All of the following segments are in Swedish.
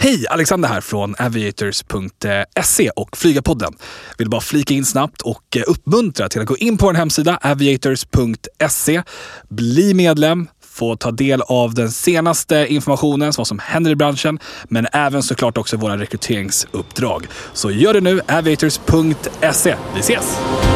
Hej, Alexander här från aviators.se och Flygarpodden. Vill bara flika in snabbt och uppmuntra till att gå in på vår hemsida aviators.se, bli medlem, få ta del av den senaste informationen, vad som händer i branschen, men även såklart också våra rekryteringsuppdrag. Så gör det nu, aviators.se. Vi ses!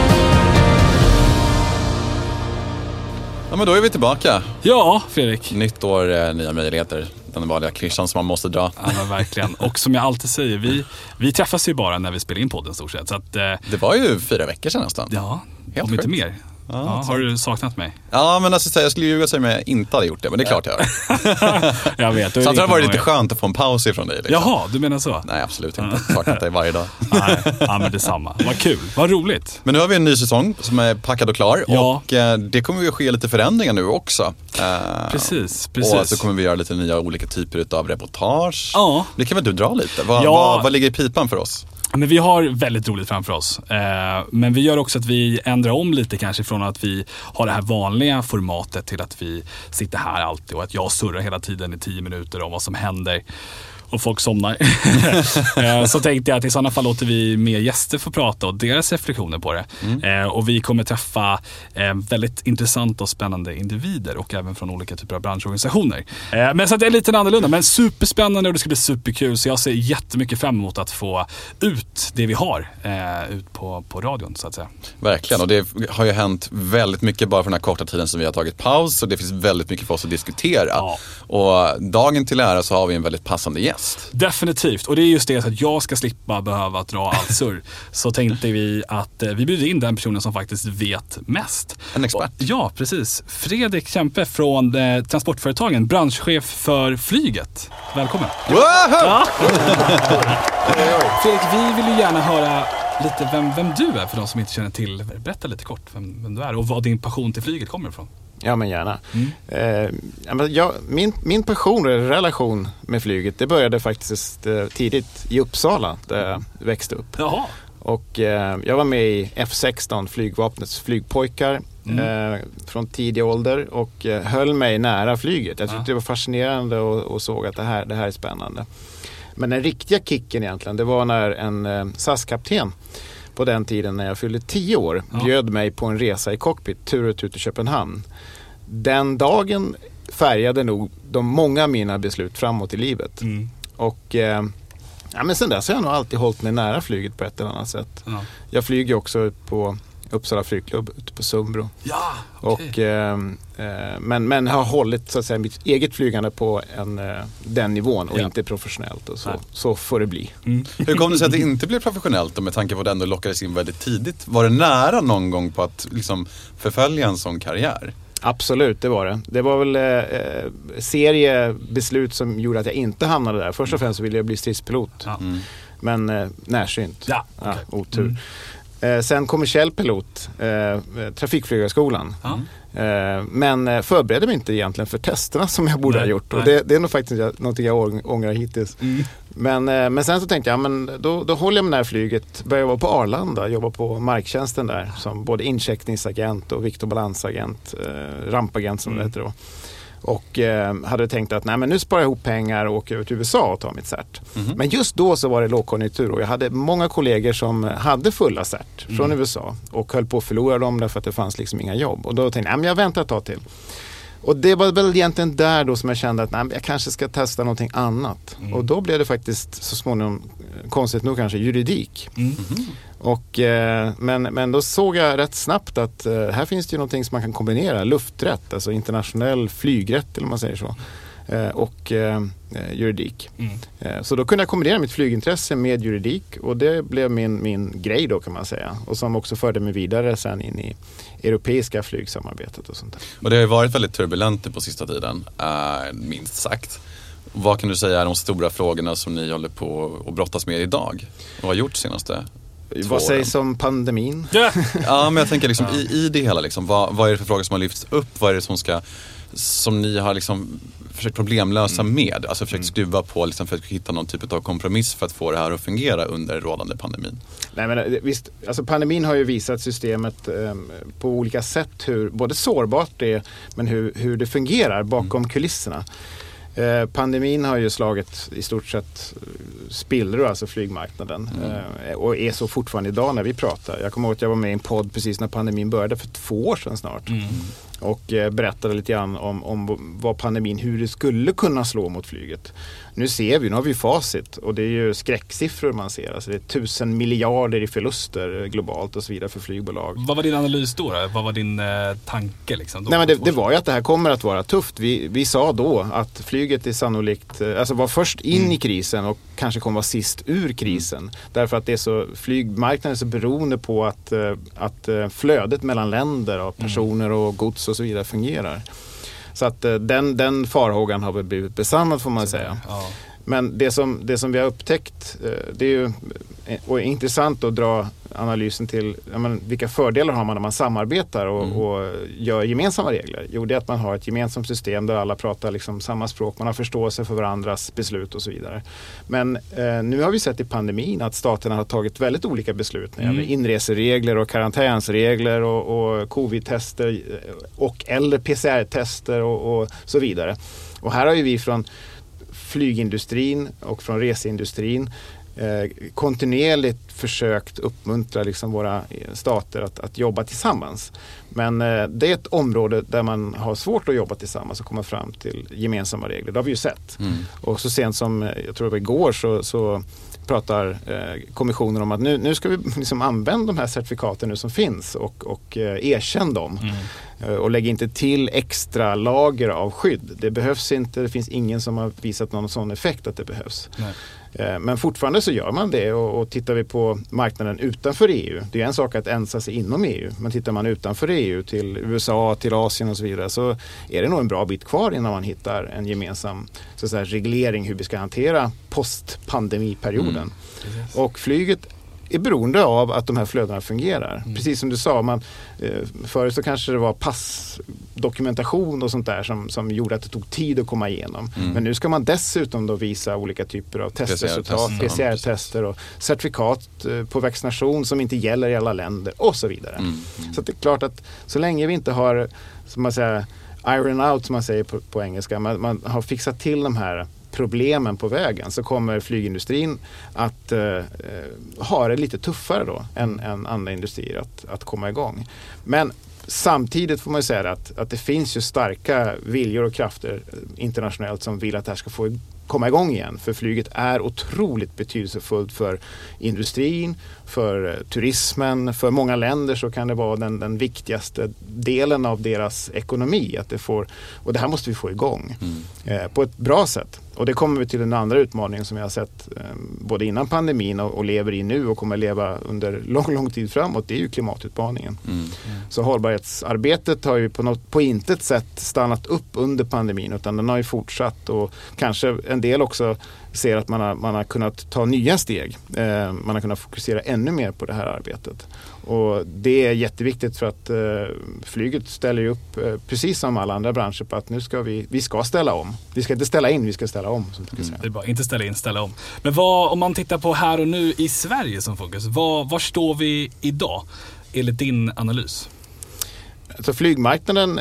Ja, men då är vi tillbaka. Ja, Fredrik. Nytt år, nya möjligheter. Den vanliga klyschan som man måste dra. Ja, men verkligen. Och som jag alltid säger, vi träffas ju bara när vi spelar in podden stort sett. Så att, det var ju 4 veckor sedan nästan. Ja, helt om inte sjukt. mer. Ja, har du saknat mig? Ja, men alltså, jag skulle ljuga sig om jag inte hade gjort det, men det är klart jag gör. Jag vet. Så det har varit lite skönt att få en paus ifrån dig. Liksom. Jaha, du menar så? Nej, absolut inte. Saknat dig varje dag. Nej, ja, men detsamma. Vad kul, vad roligt. Men nu har vi en ny säsong som är packad och klar. Ja. Och det kommer ju ske lite förändringar nu också. Precis. Och så kommer vi göra lite nya olika typer av reportage. Ja. Det kan väl du dra lite? Vad ligger i pipan för oss? Men vi har väldigt roligt framför oss. Men vi gör också att vi ändrar om lite kanske från att vi har det här vanliga formatet till att vi sitter här alltid och att jag surrar hela tiden i 10 minuter om vad som händer. Och folk somnar. Så tänkte jag att i sådana fall låter vi mer gäster få prata och deras reflektioner på det. Och vi kommer träffa väldigt intressanta och spännande individer och även från olika typer av branschorganisationer. Men så att det är lite annorlunda, men superspännande och det ska bli superkul. Så jag ser jättemycket fram emot att få ut det vi har ut på radion så att säga. Verkligen, och det har ju hänt väldigt mycket bara för den här korta tiden som vi har tagit paus. Och det finns väldigt mycket för oss att diskutera. Ja. Och dagen till ära så har vi en väldigt passande gäst. Definitivt, och det är just det att jag ska slippa behöva dra allt surr. Så tänkte vi att vi bjuder in den personen som faktiskt vet mest. En expert. Ja, precis. Fredrik Kempe från Transportföretagen, branschchef för flyget. Välkommen. Ja. Fredrik, vi vill ju gärna höra lite vem du är för de som inte känner till. Berätta lite kort vem du är och vad din passion till flyget kommer ifrån. Ja, men gärna. Min passion och relation med flyget, det började faktiskt tidigt i Uppsala där jag växte upp. Jaha. Och jag var med i F16, flygvapnets flygpojkar från tidig ålder och höll mig nära flyget. Jag tyckte det var fascinerande och såg att det här är spännande. Men den riktiga kicken egentligen, det var när en SAS-kapten på den tiden när jag fyllde 10 år bjöd mig på en resa i cockpit tur och tur till Köpenhamn. Den dagen färgade nog många av mina beslut framåt i livet. Och men sen dess har jag nog alltid hållit mig nära flyget på ett eller annat sätt. Ja. Jag flyger också på Uppsala flygklubb ute på Sumbro. Ja, okay. Men har hållit så att säga mitt eget flygande på den nivån och inte professionellt och så får det bli. Hur kom det sig att det inte blev professionellt med tanke på att det ändå lockades in väldigt tidigt? Var det nära någon gång på att liksom förfölja en sån karriär? Absolut, det var det. Det var väl seriebeslut som gjorde att jag inte hamnade där. Först och främst ville jag bli stridspilot. Men närsynt. Okay. Otur. Sen kommersiell pilot, trafikflygarskolan. Men förberedde mig inte egentligen för testerna som jag borde ha gjort. Och det är nog faktiskt någonting jag ångrar hittills. Men sen så tänkte jag, men då håller jag med det här flyget. Började vara på Arlanda, jobba på marktjänsten där som både incheckningsagent och viktobalansagent, rampagent som det heter då. Och hade tänkt att men nu sparar jag ihop pengar och åker över till USA och tar mitt cert. Men just då så var det lågkonjunktur och jag hade många kollegor som hade fulla cert från USA och höll på att förlora dem därför att det fanns liksom inga jobb. Och då tänkte jag, men jag väntar ett tag till. Och det var väl egentligen där då som jag kände att jag kanske ska testa någonting annat. Och då blev det faktiskt så småningom, konstigt nog kanske, juridik. Och, men då såg jag rätt snabbt att här finns det ju någonting som man kan kombinera. Lufträtt, alltså internationell flygrätt eller man säger så. Och juridik. Så då kunde jag kombinera mitt flygintresse med juridik och det blev min grej då kan man säga. Och som också förde mig vidare sen in i europeiska flygsamarbetet och sånt där. Och det har ju varit väldigt turbulent på sista tiden, minst sagt. Vad kan du säga är de stora frågorna som ni håller på att brottas med idag och har gjort senaste 2 Vad åren? sägs om pandemin? Ja, men jag tänker liksom i det hela liksom, vad är det för frågor som har lyfts upp? Vad är det som ni har liksom försökt problemlösa med? Alltså försökt skruva på liksom för att hitta någon typ av kompromiss för att få det här att fungera under rådande pandemin? Nej, men visst, alltså pandemin har ju visat systemet på olika sätt hur både sårbart det är men hur det fungerar bakom kulisserna. Pandemin har ju slagit i stort sett spillror, alltså flygmarknaden. Och är så fortfarande idag när vi pratar. Jag kommer ihåg att jag var med i en podd precis när pandemin började för 2 år sedan snart. Och berättade lite grann om vad pandemin, hur det skulle kunna slå mot flyget. Nu har vi facit och det är ju skräcksiffror man ser. Alltså det är 1000 miljarder i förluster globalt och så vidare för flygbolag. Vad var din analys då? Vad var din tanke? Liksom, då? Nej, men det var ju att det här kommer att vara tufft. Vi sa då att flyget är sannolikt, alltså var först in i krisen och kanske kommer vara sist ur krisen. Därför att det är så, flygmarknaden är så beroende på att flödet mellan länder av personer och gods och så vidare fungerar. Så att den farhågan har väl blivit besannad får man säga. Ja. Men det som vi har upptäckt, det är ju och är intressant att dra analysen till vilka fördelar har man när man samarbetar och gör gemensamma regler. Jo, det är att man har ett gemensamt system där alla pratar liksom samma språk, man har förståelse för varandras beslut och så vidare. Men nu har vi sett i pandemin att staterna har tagit väldigt olika beslut när det gäller inreseregler och karantänsregler och covid-tester eller PCR-tester och så vidare. Och här har ju vi från flygindustrin och från reseindustrin kontinuerligt försökt uppmuntra liksom våra stater att jobba tillsammans. Men det är ett område där man har svårt att jobba tillsammans och komma fram till gemensamma regler. Det har vi ju sett. Och så sent som, jag tror det var igår, så pratar kommissionen om att nu ska vi liksom använda de här certifikaten nu som finns och erkänna dem. Och lägga inte till extra lager av skydd. Det behövs inte, det finns ingen som har visat någon sån effekt att det behövs. Nej. Men fortfarande så gör man det och tittar vi på marknaden utanför EU, det är en sak att ensa sig inom EU, men tittar man utanför EU till USA, till Asien och så vidare så är det nog en bra bit kvar innan man hittar en gemensam så att säga, reglering hur vi ska hantera postpandemiperioden. Och flyget är beroende av att de här flödena fungerar. Precis som du sa, förut så kanske det var passdokumentation och sånt där som gjorde att det tog tid att komma igenom. Men nu ska man dessutom då visa olika typer av testresultat, PCR-tester och certifikat på vaccination som inte gäller i alla länder och så vidare. Så det är klart att så länge vi inte har, som man säger, iron out som man säger på engelska, man har fixat till de här problemen på vägen, så kommer flygindustrin att ha det lite tuffare då än andra industrier att komma igång. Men samtidigt får man säga att det finns ju starka viljor och krafter internationellt som vill att det här ska få komma igång igen. För flyget är otroligt betydelsefullt för industrin, för turismen, för många länder så kan det vara den viktigaste delen av deras ekonomi. Och det här måste vi få igång på ett bra sätt. Och det kommer vi till den andra utmaningen som jag har sett både innan pandemin och lever i nu och kommer leva under lång tid framåt. Det är ju klimatutmaningen. Så hållbarhetsarbetet har ju på intet sätt stannat upp under pandemin, utan den har ju fortsatt, och kanske en del också ser att man har kunnat ta nya steg. Man har kunnat fokusera ännu mer på det här arbetet. Och det är jätteviktigt för att flyget ställer ju upp precis som alla andra branscher på att nu ska vi ska ställa om. Vi ska inte ställa in, vi ska ställa om. Det är bara inte ställa in, ställa om. Men om man tittar på här och nu i Sverige som fokus, var står vi idag enligt din analys? Så flygmarknaden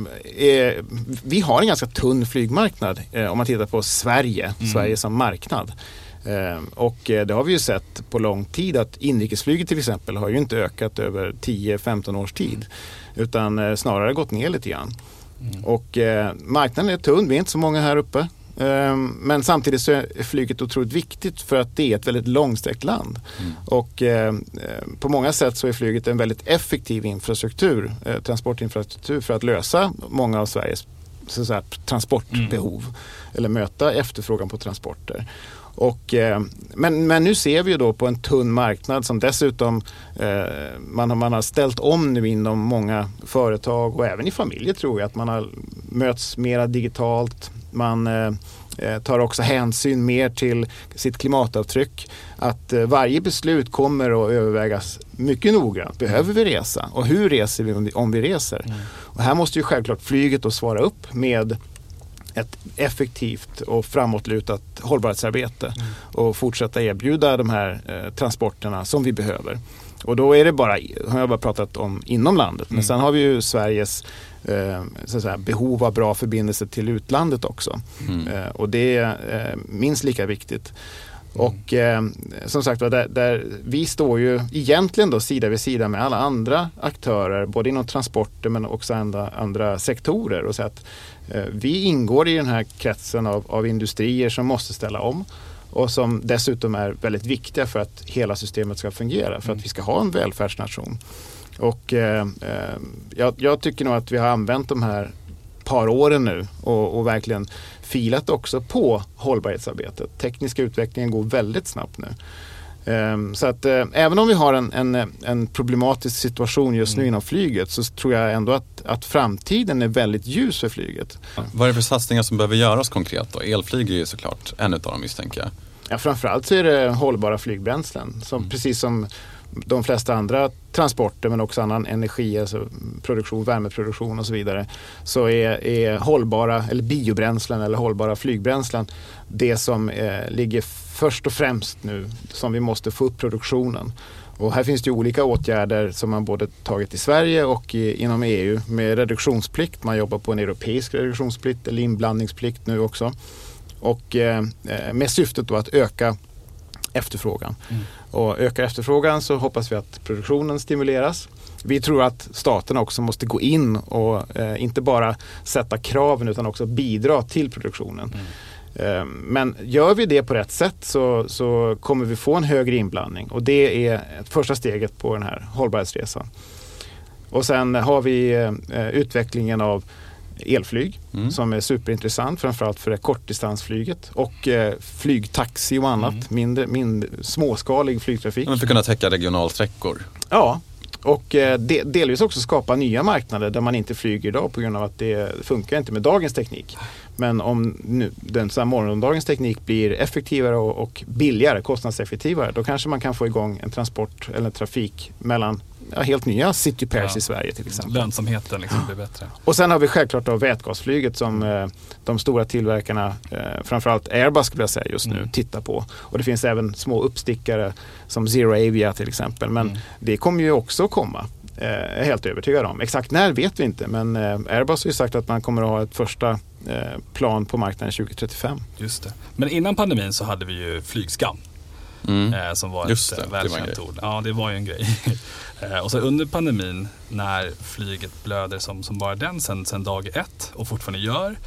vi har en ganska tunn flygmarknad om man tittar på Sverige som marknad. Och det har vi ju sett på lång tid att inrikesflyget till exempel har ju inte ökat över 10-15 års tid, utan snarare gått ner lite grann. Och marknaden är tunn, vi är inte så många här uppe. Men samtidigt så är flyget otroligt viktigt för att det är ett väldigt långsträckt land. Och på många sätt så är flyget en väldigt effektiv transportinfrastruktur för att lösa många av Sveriges så att säga, transportbehov eller möta efterfrågan på transporter. Och, men nu ser vi ju då på en tunn marknad som dessutom man har ställt om nu inom många företag och även i familjer, tror jag, att man har möts mera digitalt. Man tar också hänsyn mer till sitt klimatavtryck. Att varje beslut kommer att övervägas mycket noggrant. Behöver vi resa? Och hur reser vi om vi reser? Och här måste ju självklart flyget då svara upp med ett effektivt och framåtlutat hållbarhetsarbete och fortsätta erbjuda de här transporterna som vi behöver. Och då är det har jag bara pratat om inom landet. Men sen har vi ju Sveriges så att säga, behov av bra förbindelser till utlandet också. Och det är minst lika viktigt. Och som sagt där vi står ju egentligen då sida vid sida med alla andra aktörer, både inom transporter men också andra sektorer. Och så att vi ingår i den här kretsen av industrier som måste ställa om och som dessutom är väldigt viktiga för att hela systemet ska fungera, för att vi ska ha en välfärdsnation. Och jag tycker nog att vi har använt de här par åren nu och verkligen filat också på hållbarhetsarbetet. Tekniska utvecklingen går väldigt snabbt nu. Så att även om vi har en problematisk situation just nu inom flyget, så tror jag ändå att framtiden är väldigt ljus för flyget. Vad är det för satsningar som behöver göras konkret då? Elflyg är ju såklart en av dem, misstänker jag. Ja, framförallt så är det hållbara flygbränslen. Precis som de flesta andra transporter, men också annan energi, alltså produktion, värmeproduktion och så vidare, så är hållbara eller biobränslen eller hållbara flygbränslen det som ligger först och främst nu, som vi måste få upp produktionen. Och här finns det olika åtgärder som man både tagit i Sverige och inom EU med reduktionsplikt. Man jobbar på en europeisk reduktionsplikt eller inblandningsplikt nu också. Och med syftet då att öka efterfrågan. Och ökar efterfrågan så hoppas vi att produktionen stimuleras. Vi tror att staterna också måste gå in och inte bara sätta kraven utan också bidra till produktionen. Men gör vi det på rätt sätt så kommer vi få en högre inblandning, och det är ett första steget på den här hållbarhetsresan. Och sen har vi utvecklingen av elflyg som är superintressant, framförallt för det kortdistansflyget och flygtaxi och annat, mindre småskalig flygtrafik. Men för att kunna täcka regionalsträckor. Ja, och delvis också skapa nya marknader där man inte flyger idag på grund av att det funkar inte med dagens teknik. Men om nu morgondagens teknik blir effektivare och billigare, kostnadseffektivare, då kanske man kan få igång en transport eller en trafik mellan helt nya city pairs i Sverige till exempel. Lönsamheten liksom blir bättre. Och sen har vi självklart då vätgasflyget som de stora tillverkarna, framförallt Airbus skulle jag säga just nu, tittar på. Och det finns även små uppstickare som Zero Avia till exempel. Men det kommer ju också komma. Jag är helt övertygad om. Exakt när vet vi inte, men Airbus har ju sagt att man kommer att ha ett första plan på marknaden 2035. Just det. Men innan pandemin så hade vi ju flygskam. Som var ett välkänt ord. Ja, det var ju en grej. Och så under pandemin, när flyget blöder som bara den sen dag ett och fortfarande gör,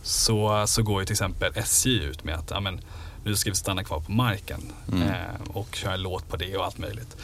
så går ju till exempel SJ ut med att nu ska vi stanna kvar på marken och köra en låt på det och allt möjligt.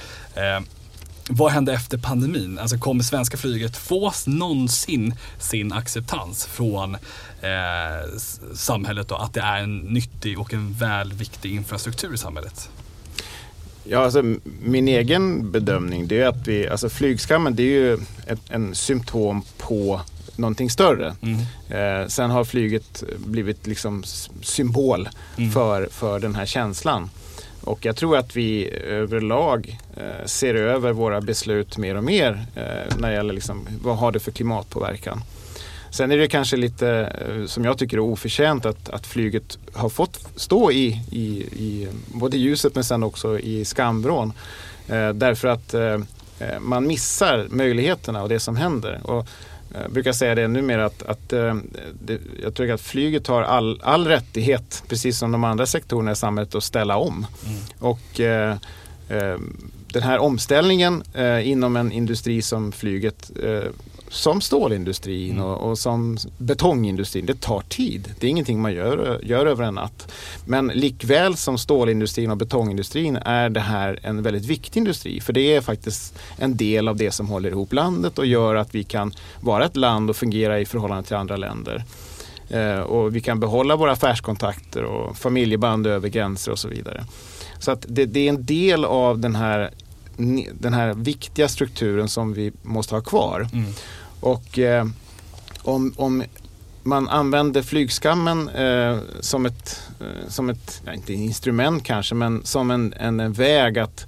Vad hände efter pandemin? Alltså, kommer svenska flyget få någonsin sin acceptans från samhället då, att det är en nyttig och en väl viktig infrastruktur i samhället? Ja, alltså min egen bedömning det är att flygskammen det är ju en symptom på någonting större. Sen har flyget blivit liksom symbol för den här känslan. Och jag tror att vi överlag ser över våra beslut mer och mer när det gäller liksom, vad har det för klimatpåverkan. Sen är det kanske lite, som jag tycker är oförtjänt, att flyget har fått stå i både ljuset men sen också i skamvrån. Därför att man missar möjligheterna och det som händer. Och jag brukar säga det numera att jag tror att flyget har all rättighet, precis som de andra sektorerna i samhället, att ställa om. Och den här omställningen inom en industri som flyget, som stålindustrin och som betongindustrin, det tar tid. Det är ingenting man gör över en natt. Men likväl som stålindustrin och betongindustrin är det här en väldigt viktig industri. För det är faktiskt en del av det som håller ihop landet och gör att vi kan vara ett land och fungera i förhållande till andra länder. Och vi kan behålla våra affärskontakter och familjeband över gränser och så vidare. Så att det är en del av den här viktiga strukturen som vi måste ha kvar. Och om man använder flygskammen som ett inte instrument kanske, men som en väg att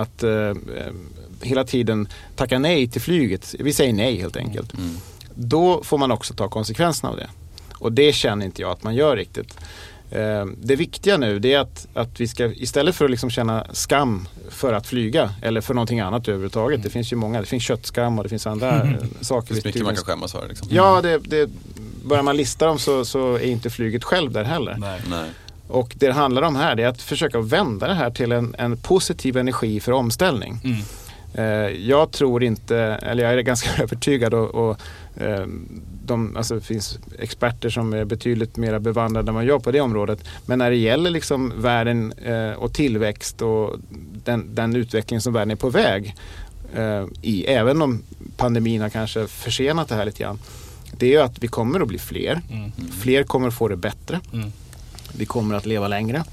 hela tiden tacka nej till flyget. Vi säger nej helt enkelt. Då får man också ta konsekvenserna av det. Och det känner inte jag att man gör riktigt. Det viktiga nu det är att vi ska, istället för att liksom känna skam för att flyga eller för någonting annat överhuvudtaget. Det finns ju många, det finns köttskam och det finns andra saker. Det finns mycket man kan skämmas för. Liksom. Ja, börjar man lista dem så är inte flyget själv där heller. Nej. Och det handlar om här det är att försöka vända det här till en positiv energi för omställning. Jag tror inte, eller jag är ganska övertygad alltså det finns experter som är betydligt mer bevandrade än man gör på det området. Men när det gäller liksom världen och tillväxt och den utveckling som världen är på väg i, även om pandemin har kanske försenat det här lite grann, det är ju att vi kommer att bli fler. Fler kommer att få det bättre. Vi kommer att leva längre.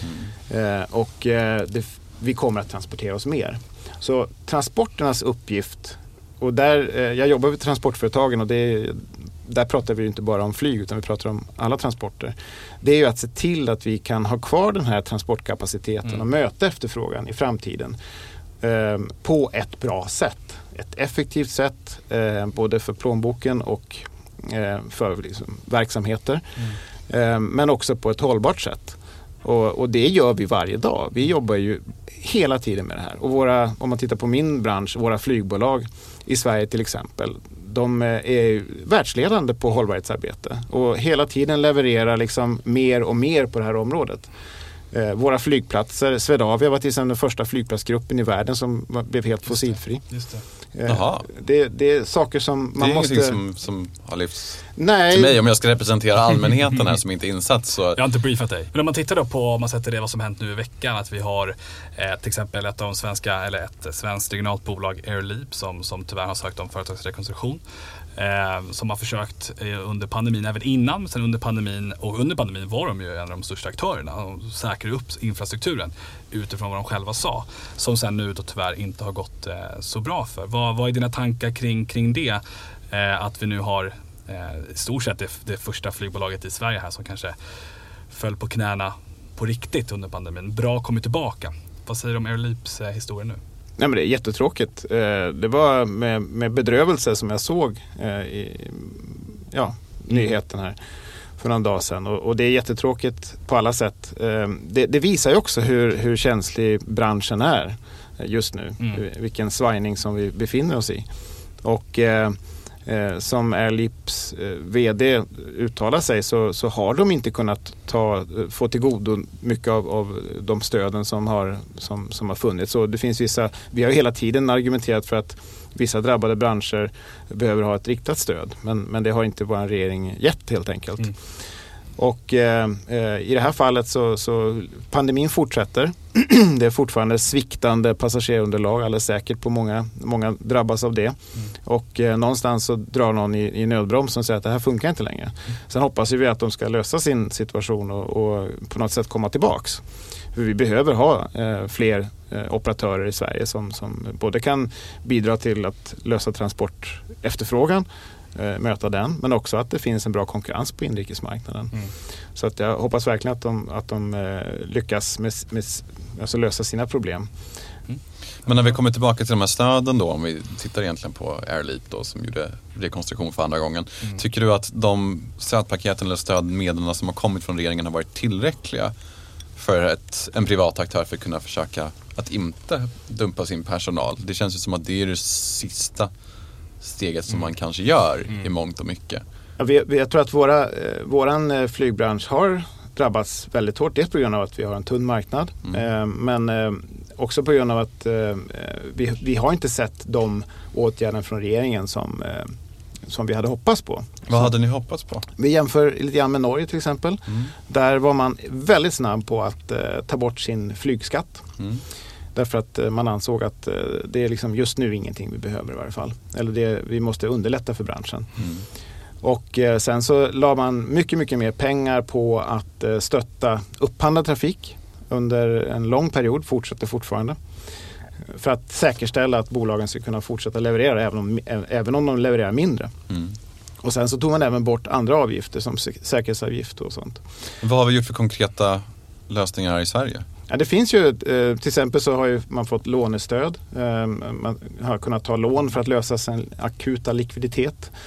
Och vi kommer att transportera oss mer. Så transporternas uppgift, och jag jobbar vid transportföretagen och där pratar vi ju inte bara om flyg utan vi pratar om alla transporter. Det är ju att se till att vi kan ha kvar den här transportkapaciteten och möta efterfrågan i framtiden på ett bra sätt. Ett effektivt sätt både för plånboken och för liksom verksamheter. Men också på ett hållbart sätt. Och det gör vi varje dag. Vi jobbar ju hela tiden med det här. Och om man tittar på min bransch, våra flygbolag i Sverige till exempel, de är världsledande på hållbarhetsarbete och hela tiden levererar liksom mer och mer på det här området. Våra flygplatser, Swedavia var till exempel den första flygplatsgruppen i världen som blev helt fossilfri. Just det. Det är saker som man måste... Det är ingenting som har lyfts till mig om jag ska representera allmänheten här som inte är insatt. Så... Jag har inte briefat dig. Men om man tittar då på, om man sätter det vad som hänt nu i veckan, att vi har till exempel ett svenskt regionalt bolag, Air Leap, som tyvärr har sökt om företagsrekonstruktion. Som har försökt under pandemin, även innan, men sen under pandemin var de ju en av de största aktörerna och säkrar upp infrastrukturen utifrån vad de själva sa, som sen nu då tyvärr inte har gått så bra för. Vad är dina tankar kring det? Att vi nu har i stort sett det första flygbolaget i Sverige här som kanske föll på knäna på riktigt under pandemin. Bra kommit tillbaka. Vad säger du om Air Leaps historia nu? Nej, men det är jättetråkigt. Det var med bedrövelse som jag såg nyheten här för någon dag sedan. Och det är jättetråkigt på alla sätt. Det visar ju också hur känslig branschen är just nu. Vilken svajning som vi befinner oss i. Och som Air Leaps vd uttalar sig så har de inte kunnat få till godo mycket av de stöden som har funnits. Så det finns vi har hela tiden argumenterat för att vissa drabbade branscher behöver ha ett riktat stöd. Men det har inte vår regering gett helt enkelt. Och i det här fallet så pandemin fortsätter. Det är fortfarande sviktande passagerarunderlag, alldeles säkert på många drabbas av det. Och någonstans så drar någon i nödbroms och säger att det här funkar inte längre. Sen hoppas vi att de ska lösa sin situation och på något sätt komma tillbaks. För vi behöver ha fler operatörer i Sverige som både kan bidra till att lösa transportefterfrågan, möta den, men också att det finns en bra konkurrens på inrikesmarknaden. Så att jag hoppas verkligen att de lyckas alltså lösa sina problem. Men när vi kommer tillbaka till de här stöden då, om vi tittar egentligen på Air Leap då, som gjorde rekonstruktion för andra gången. Tycker du att de stödpaketen eller stödmedlen som har kommit från regeringen har varit tillräckliga för en privat aktör för att kunna försöka att inte dumpa sin personal? Det känns ju som att det är det sista steget som man kanske gör i mångt och mycket. Jag tror att våran flygbransch har drabbats väldigt hårt. Dels på grund av att vi har en tunn marknad. Men också på grund av att vi har inte sett de åtgärder från regeringen som vi hade hoppats på. Vad hade ni hoppats på? Vi jämför lite grann med Norge till exempel. Där var man väldigt snabb på att ta bort sin flygskatt. Därför att man ansåg att det är liksom just nu ingenting vi behöver i varje fall. Eller vi måste underlätta för branschen. Och sen så la man mycket, mycket mer pengar på att stötta upphandlad trafik under en lång period, fortsätter fortfarande. För att säkerställa att bolagen ska kunna fortsätta leverera även om de levererar mindre. Och sen så tog man även bort andra avgifter som säkerhetsavgift och sånt. Vad har vi gjort för konkreta lösningar här i Sverige? Ja, det finns ju, till exempel så har ju man fått lånestöd. Man har kunnat ta lån för att lösa sin akuta likviditet.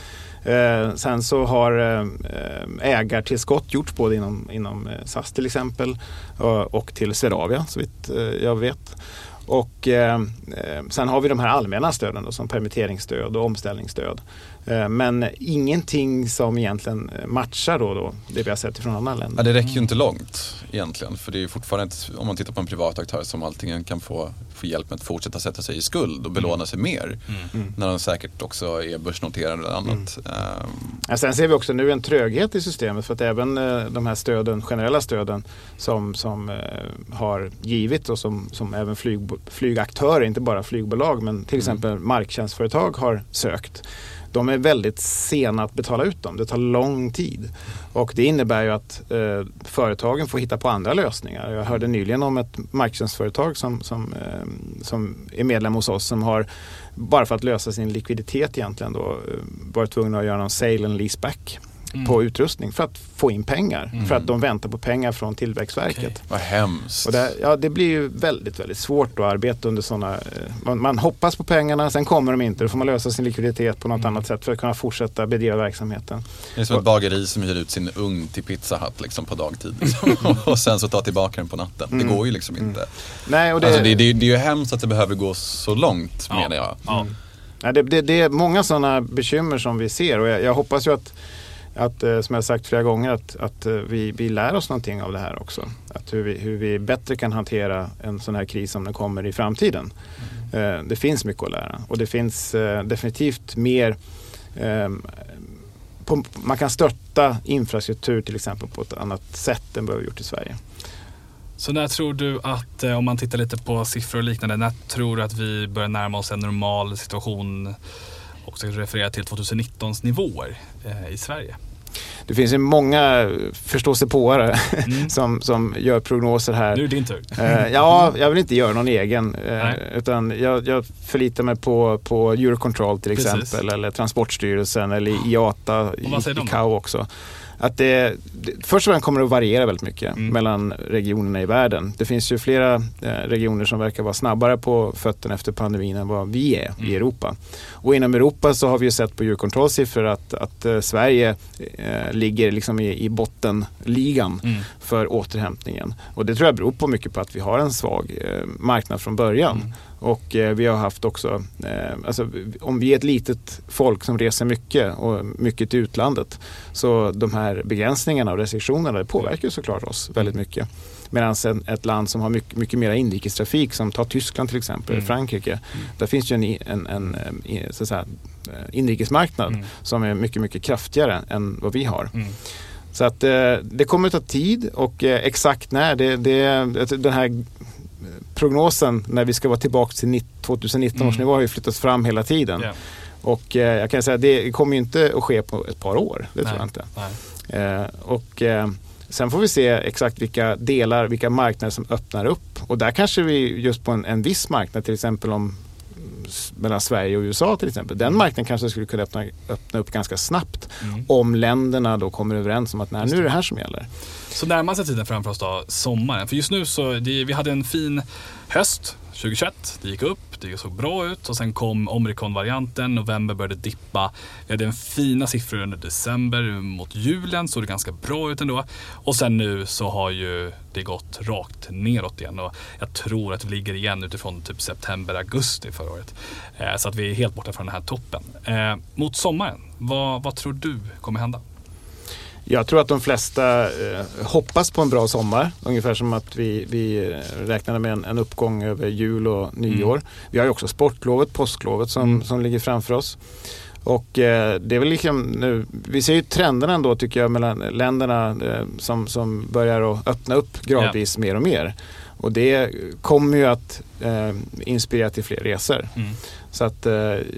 Sen så har ägartillskott gjorts både inom SAS till exempel och till Swedavia, så vitt jag vet. Och sen har vi de här allmänna stöden då, som permitteringsstöd och omställningsstöd. Men ingenting som egentligen matchar då det vi har sett från andra länder. Ja, det räcker ju inte långt egentligen, för det är ju fortfarande om man tittar på en privat aktör som allting kan få hjälp med att fortsätta sätta sig i skuld och belåna sig mer när de säkert också är börsnoterade eller annat. Sen ser vi också nu en tröghet i systemet, för att även de här stöden, generella stöden som har givit och som även flygaktörer, inte bara flygbolag men till exempel marktjänstföretag har sökt. De är väldigt sena att betala ut dem. Det tar lång tid. Och det innebär ju att företagen får hitta på andra lösningar. Jag hörde nyligen om ett marktjänstföretag som är medlem hos oss, som har, bara för att lösa sin likviditet egentligen då, varit tvungna att göra någon sale and leaseback på utrustning för att få in pengar. För att de väntar på pengar från Tillväxtverket. Okay. Vad hemskt. Och det blir ju väldigt, väldigt svårt att arbeta under sådana... Man hoppas på pengarna, sen kommer de inte. Då får man lösa sin likviditet på något annat sätt för att kunna fortsätta bedriva verksamheten. Det är som ett bageri som hyr ut sin ugn till Pizza Hut liksom, på dagtid. Liksom. Och sen så tar tillbaka den på natten. Det går ju liksom inte. Nej, och det är ju hemskt att det behöver gå så långt, menar jag. Ja, det är många sådana bekymmer som vi ser, och jag hoppas ju att som jag sagt flera gånger, att vi lär oss någonting av det här också. Att hur vi bättre kan hantera en sån här kris om den kommer i framtiden. Det finns mycket att lära, och det finns definitivt mer... man kan stötta infrastruktur till exempel på ett annat sätt än vad vi har gjort i Sverige. Så när tror du att, om man tittar lite på siffror och liknande, när tror du att vi börjar närma oss en normal situation, och ska referera till 2019s nivåer i Sverige? Det finns ju många förståsigpåare som gör prognoser här. Nu är det din tur. Jag vill inte göra någon egen. Utan jag förlitar mig på Eurocontrol till exempel, eller Transportstyrelsen, eller IATA, ICAO också. Att först och främst kommer det att variera väldigt mycket mellan regionerna i världen. Det finns ju flera regioner som verkar vara snabbare på fötterna efter pandemin än vad vi är i Europa. Och inom Europa så har vi ju sett på Eurocontrols siffror att Sverige ligger liksom i bottenligan för återhämtningen. Och det tror jag beror på mycket på att vi har en svag marknad från början. Och vi har haft också, om vi är ett litet folk som reser mycket och mycket till utlandet, så de här begränsningarna och restriktionerna påverkar såklart oss väldigt mycket. Medan ett land som har mycket mer inrikestrafik, som tar Tyskland till exempel, Frankrike, där finns ju en så att säga, inrikesmarknad som är mycket, mycket kraftigare än vad vi har. Så att det kommer att ta tid, och exakt när den här prognosen när vi ska vara tillbaka till 2019 års nivå har ju flyttats fram hela tiden. Yeah. Och jag kan säga att det kommer ju inte att ske på ett par år. Det tror jag inte. Sen får vi se exakt vilka marknader som öppnar upp. Och där kanske vi just på en viss marknad, till exempel mellan Sverige och USA till exempel, den marknaden kanske skulle kunna öppna upp ganska snabbt om länderna då kommer överens om att nu är det här som gäller. Så närmar sig tiden framför oss då sommaren. För just nu vi hade en fin höst 2021. Det gick upp, det såg bra ut, och sen kom Omikron-varianten, november började dippa. Vi hade en fina siffror under december, mot julen såg det ganska bra ut ändå. Och sen nu så har ju det gått rakt neråt igen, och jag tror att vi ligger igen utifrån typ september, augusti förra året. Så att vi är helt borta från den här toppen. Mot sommaren, vad tror du kommer hända? Jag tror att de flesta hoppas på en bra sommar. Ungefär som att vi räknade med en uppgång över jul och nyår. Vi har ju också sportlovet, påsklovet som ligger framför oss. Och det är väl liksom nu, vi ser ju trenderna ändå tycker jag mellan länderna som börjar att öppna upp gradvis mer och mer. Och det kommer ju att inspirera till fler resor. Så att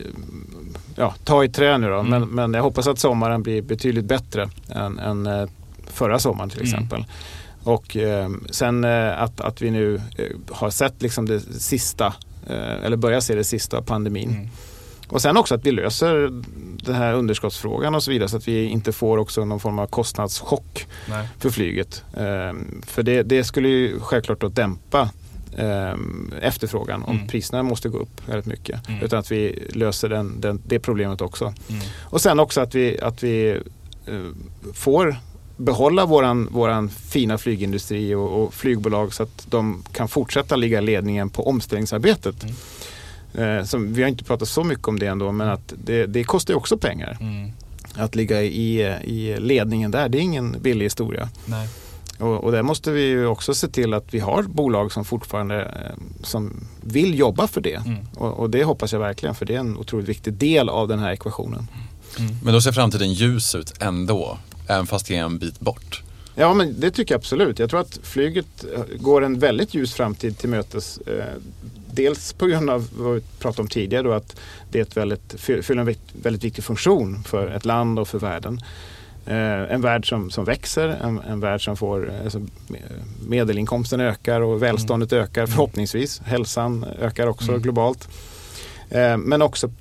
ta i trä nu då. Men jag hoppas att sommaren blir betydligt bättre än förra sommaren till exempel. Och sen att vi nu har sett liksom det sista, eller börjar se det sista av pandemin. Och sen också att vi löser den här underskottsfrågan och så vidare, så att vi inte får också någon form av kostnadschock för flyget. För det skulle ju självklart att dämpa efterfrågan om priserna måste gå upp väldigt mycket. Utan att vi löser det problemet också. Och sen också att vi får behålla våran fina flygindustri och flygbolag så att de kan fortsätta ligga i ledningen på omställningsarbetet. Vi har inte pratat så mycket om det ändå, men att det kostar ju också pengar. Att ligga i ledningen där, det är ingen billig historia. Nej. Och där måste vi ju också se till att vi har bolag som fortfarande som vill jobba för det. Och det hoppas jag verkligen, för det är en otroligt viktig del av den här ekvationen. Men då ser framtiden ljus ut ändå, även fast det är en bit bort. Ja, men det tycker jag absolut. Jag tror att flyget går en väldigt ljus framtid till mötes. Dels på grund av vad vi pratade om tidigare då, att det är fyller en väldigt viktig funktion för ett land och för världen. En värld som växer, en värld som får medelinkomsten ökar och välståndet ökar förhoppningsvis. Hälsan ökar också globalt. Men också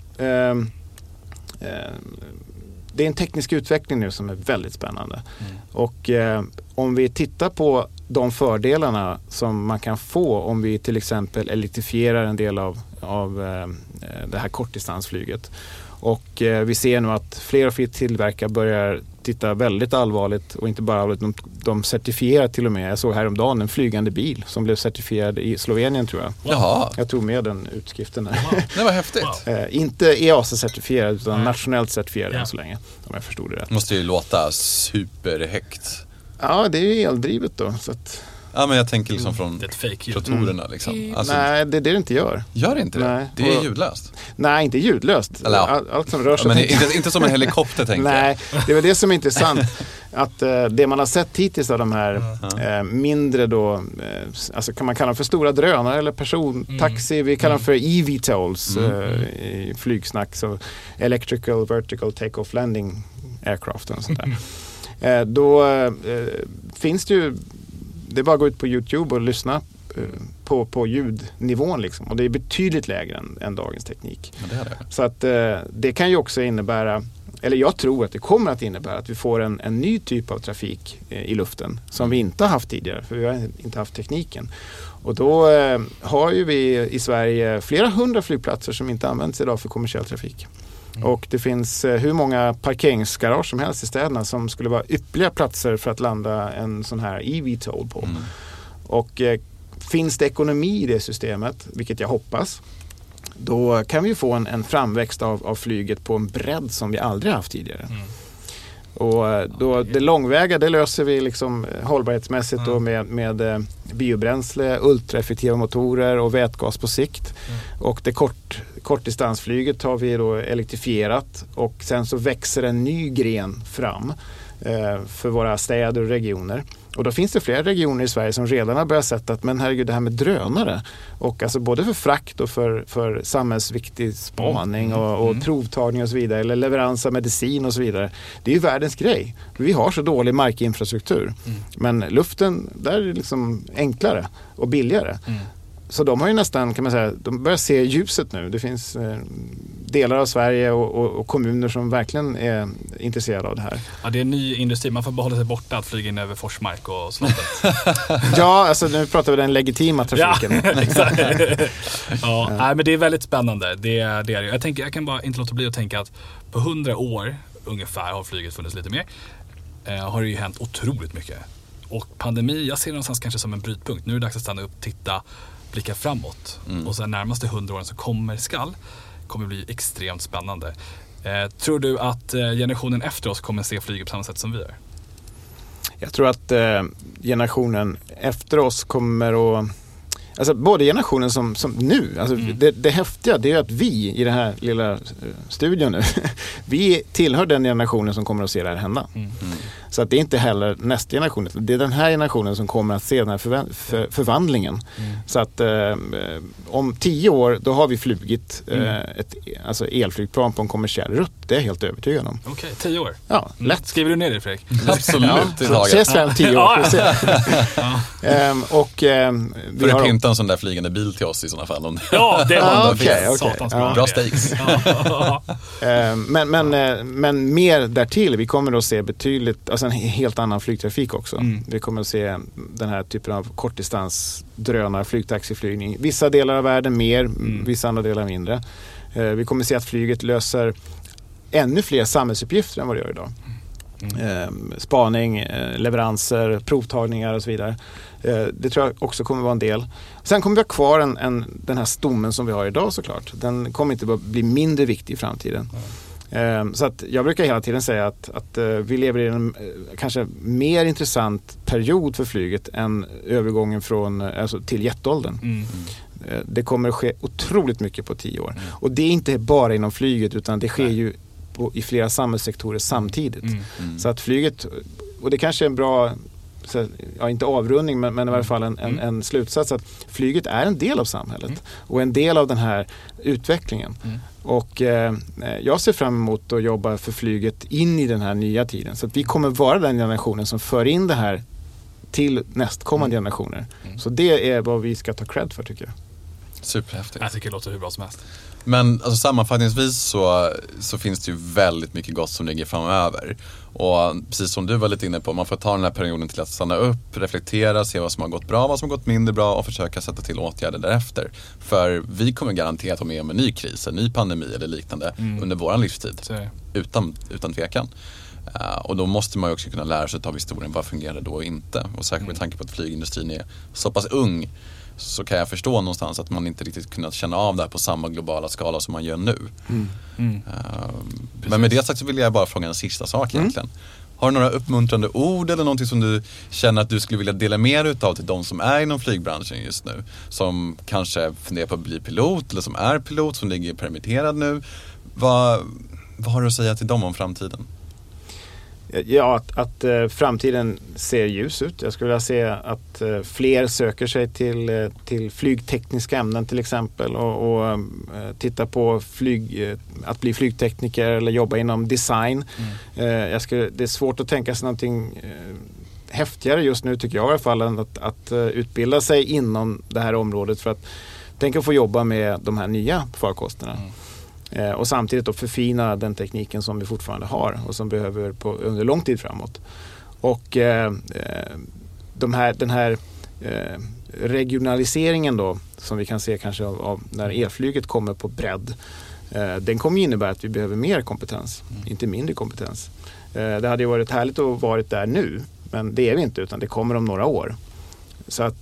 det är en teknisk utveckling nu som är väldigt spännande. Och om vi tittar på de fördelarna som man kan få om vi till exempel elektrifierar en del av det här kortdistansflyget. Och vi ser nu att fler och fler tillverkare börjar titta väldigt allvarligt, och inte bara allvarligt, de certifierar till och med. Jag såg häromdagen en flygande bil som blev certifierad i Slovenien, tror jag. Jaha. Jag tog med den utskriften där. Wow. Det var häftigt. Inte EASA-certifierad utan nationellt certifierad än så länge, om jag förstod det rätt. Det måste ju låta superhäkt. Ja, det är ju eldrivet då. Så att... Ja, men jag tänker liksom från rotorerna liksom. Alltså, nej, det inte gör. Gör det inte det? Nej. Det är ljudlöst. Nej, inte ljudlöst. Allt som rör sig. Men inte som en helikopter, tänker jag. Nej, det är väl det som är intressant. Att det man har sett hittills av de här mindre då, alltså kan man kalla dem för stora drönare eller persontaxi. Vi kallar dem för eVTOLs i flygsnack. Så Electrical Vertical Take-Off Landing Aircraft och sånt där. Då finns det ju, det är bara att gå ut på YouTube och lyssna på ljudnivån liksom. Och det är betydligt lägre än dagens teknik. Ja, det är det. Så att det kan ju också innebära, eller jag tror att det kommer att innebära att vi får en ny typ av trafik i luften som vi inte har haft tidigare, för vi har inte haft tekniken. Och då har ju vi i Sverige flera hundra flygplatser som inte används idag för kommersiell trafik. Och det finns hur många parkeringsgarage som helst i städerna som skulle vara ypperliga platser för att landa en sån här eVTOL på. Och finns det ekonomi i det systemet, vilket jag hoppas, då kan vi få en framväxt av flyget på en bredd som vi aldrig haft tidigare. Och då det långväga, det löser vi liksom hållbarhetsmässigt då med biobränsle, ultraeffektiva motorer och vätgas på sikt. Och det kortdistansflyget har vi då elektrifierat, och sen så växer en ny gren fram för våra städer och regioner. Och då finns det flera regioner i Sverige som redan har börjat sätta att men herregud, det här med drönare, och alltså både för frakt och för samhällsviktig spaning och provtagning och så vidare, eller leverans av medicin och så vidare. Det är ju världens grej. Vi har så dålig markinfrastruktur. Men luften, där är det liksom enklare och billigare. Så de har ju nästan, kan man säga, de börjar se ljuset nu. Det finns delar av Sverige och kommuner som verkligen är intresserade av det här. Ja, det är en ny industri. Man får behålla sig borta att flyga in över Forsmark och slottet. Ja, alltså nu pratar vi den legitima trafiken. Ja, exakt. Ja, nej, men det är väldigt spännande. Det är det. Jag kan bara inte låta bli att tänka att på 100 år ungefär har flyget funnits lite mer. Har det ju hänt otroligt mycket. Och pandemi, jag ser det någonstans kanske som en brytpunkt. Nu är det dags att stanna upp, titta, blicka framåt. Och sen närmaste 100 åren som kommer bli extremt spännande. Tror du att generationen efter oss kommer se flyget på samma sätt som vi gör? Jag tror att generationen efter oss kommer att... Alltså både generationen som nu, alltså det häftiga, det är att vi i den här lilla studion nu, vi tillhör den generationen som kommer att se det här hända. Så att det är inte heller nästa generation, det är den här generationen som kommer att se den här förvandlingen. Så att om 10 år, då har vi flugit ett elflygplan på en kommersiell rutt. Det är jag helt övertygad om. Okej, 10 år? Ja, lätt. Skriver du ner det, Fredrik? Absolut. Ja, ses vi om 10 år. Och vi har pinta en sån där flygande bil till oss i sådana fall. Ja, det var okay. Bra stakes. Men mer därtill, vi kommer att se betydligt, skapas en helt annan flygtrafik också. Vi kommer att se den här typen av kortdistans drönare, flygtaxiflygning. Vissa delar av världen mer, vissa andra delar mindre. Vi kommer att se att flyget löser ännu fler samhällsuppgifter än vad det gör idag. Spaning, leveranser, provtagningar och så vidare. Det tror jag också kommer vara en del. Sen kommer vi ha kvar den här stommen som vi har idag såklart. Den kommer inte att bli mindre viktig i framtiden. Så att jag brukar hela tiden säga att vi lever i en kanske mer intressant period för flyget än övergången till jetåldern. Det kommer att ske otroligt mycket på 10 år. Och det är inte bara inom flyget utan det sker ju i flera samhällssektorer samtidigt. Så att flyget, och det kanske är en bra, inte avrundning men i alla fall en slutsats, att flyget är en del av samhället och en del av den här utvecklingen. Och jag ser fram emot att jobba för flyget in i den här nya tiden. Så att vi kommer vara den generationen som för in det här till nästkommande generationer. Så det är vad vi ska ta cred för, tycker jag. Superhäftigt. Jag tycker det låter hur bra som helst. Men alltså, sammanfattningsvis så finns det ju väldigt mycket gott som ligger framöver. Och precis som du var lite inne på, man får ta den här perioden till att stanna upp, reflektera, se vad som har gått bra, vad som har gått mindre bra och försöka sätta till åtgärder därefter. För vi kommer garanterat vara med om en ny kris, en ny pandemi eller liknande under våran livstid. Utan tvekan. Och då måste man ju också kunna lära sig av historien, vad fungerar då och inte. Och särskilt med tanke på att flygindustrin är så pass ung, så kan jag förstå någonstans att man inte riktigt kunnat känna av det här på samma globala skala som man gör nu. Men med det sagt så vill jag bara fråga en sista sak egentligen. Har du några uppmuntrande ord eller någonting som du känner att du skulle vilja dela med dig utav till de som är inom flygbranschen just nu? Som kanske funderar på att bli pilot eller som är pilot, som ligger permitterad nu. Vad har du att säga till dem om framtiden? Ja, att framtiden ser ljus ut. Jag skulle vilja se att fler söker sig till flygtekniska ämnen till exempel och titta på att bli flygtekniker eller jobba inom design. Det är svårt att tänka sig någonting häftigare just nu, tycker jag i alla fall, än att utbilda sig inom det här området för att tänka få jobba med de här nya farkosterna. Och samtidigt då förfina den tekniken som vi fortfarande har och som behöver under lång tid framåt. Och den här regionaliseringen då, som vi kan se kanske av när elflyget kommer på bredd, den kommer innebära att vi behöver mer kompetens, inte mindre kompetens. Det hade ju varit härligt att vara där nu, men det är vi inte, utan det kommer om några år. Så att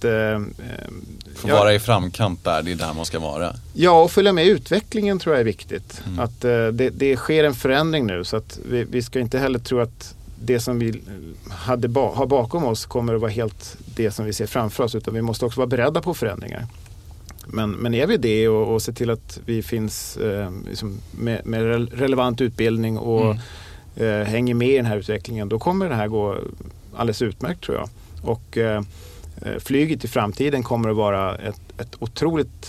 få vara i framkant där, det är där man ska vara. Ja, och följa med utvecklingen tror jag är viktigt. Att det sker en förändring nu, så att vi ska inte heller tro att det som vi har bakom oss kommer att vara helt det som vi ser framför oss, utan vi måste också vara beredda på förändringar. Men är vi det och se till att vi finns liksom med relevant utbildning och hänger med i den här utvecklingen, då kommer det här gå alldeles utmärkt, tror jag. Och flyget i framtiden kommer att vara ett otroligt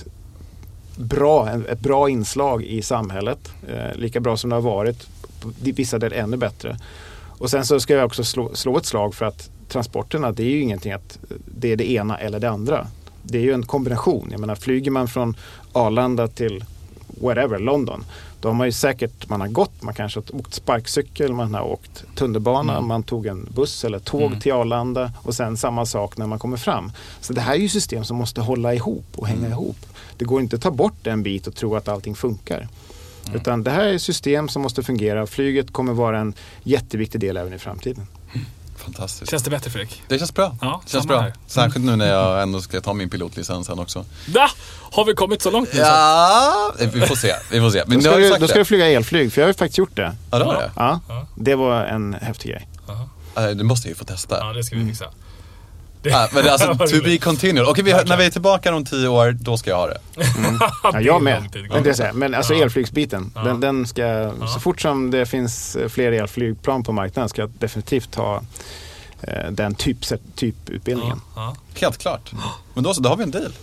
ett bra inslag i samhället. Lika bra som det har varit, på vissa delar ännu bättre. Och sen så ska jag också slå ett slag för att transporterna, det är ju ingenting att det är det ena eller det andra. Det är ju en kombination. Jag menar, flyger man från Arlanda till whatever, London, då har man ju säkert, man kanske har åkt sparkcykel, man har åkt tunnelbana, man tog en buss eller tåg till Arlanda och sen samma sak när man kommer fram. Så det här är ju system som måste hålla ihop och hänga ihop. Det går inte att ta bort en bit och tro att allting funkar. Utan det här är ett system som måste fungera. Flyget kommer vara en jätteviktig del även i framtiden. Fantastiskt. Känns det bättre, Fredrik? Det känns bra. Ja, känns bra. Särskilt nu när jag ändå ska ta min pilotlicens sen också. Har vi kommit så långt nu? Ja, vi får se. Men då ska du flyga elflyg, för jag har ju faktiskt gjort det. Ja, det var det. Ja, det var en häftig grej. Du måste ju få testa. Ja, det ska vi fixa. Men det är alltså to be continued. Okej, när vi är tillbaka om 10 år, då ska jag ha det. Ja, jag med. Men alltså elflygsbiten, den ska, så fort som det finns fler elflygplan på marknaden, ska jag definitivt ha den typutbildningen. Helt klart. Men då har vi en deal.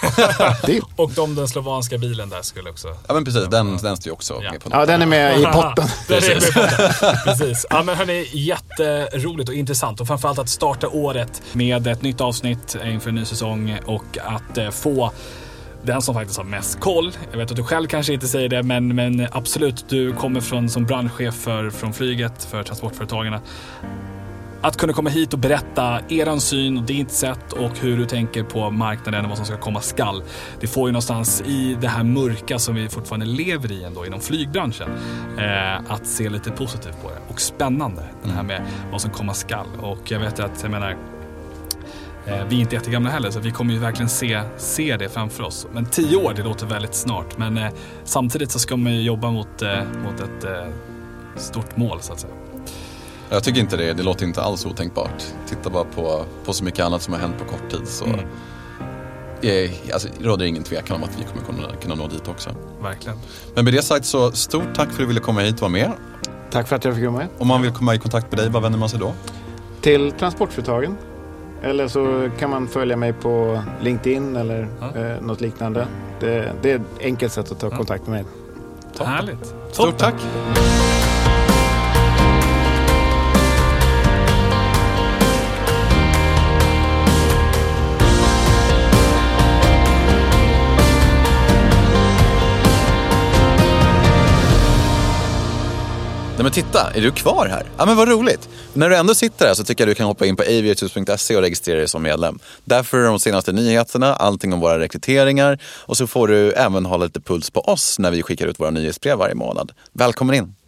Och den slovanska bilen där skulle också... Ja, men precis, den står ju också med på något. Ja, den är med i potten. Precis. Ja, men hörni, jätteroligt och intressant. Och framförallt att starta året med ett nytt avsnitt inför en ny säsong och att få den som faktiskt har mest koll. Jag vet att du själv kanske inte säger det, men absolut, du kommer som branschchef från flyget, för transportföretagarna. att kunna komma hit och berätta eran syn och ditt sätt och hur du tänker på marknaden och vad som ska komma skall. Det får ju någonstans i det här mörka som vi fortfarande lever i ändå inom flygbranschen att se lite positivt på det. Och spännande, det här med vad som komma skall. Och jag vet att, vi är inte jättegamla heller, så vi kommer ju verkligen se det framför oss. Men 10 år, det låter väldigt snart. Men samtidigt så ska man ju jobba mot ett stort mål, så att säga. Jag tycker inte det låter inte alls otänkbart. Titta bara på så mycket annat som har hänt på kort tid, så alltså, råder ingen tvekan om att vi kommer kunna nå dit också. Verkligen. Men med det sagt, så stort tack för att du ville komma hit och vara med. Tack för att jag fick komma med. Om man vill komma i kontakt med dig, vad vänder man sig då? Till Transportföretagen. Eller så kan man följa mig på LinkedIn eller något liknande. Det är ett enkelt sätt att ta kontakt med mig. Toppen. Härligt. Stort tack! Nej, men titta, är du kvar här? Ja, men vad roligt. När du ändå sitter här så tycker jag du kan hoppa in på aviators.se och registrera dig som medlem. Därför är de senaste nyheterna, allting om våra rekryteringar, och så får du även hålla lite puls på oss när vi skickar ut våra nyhetsbrev varje månad. Välkommen in!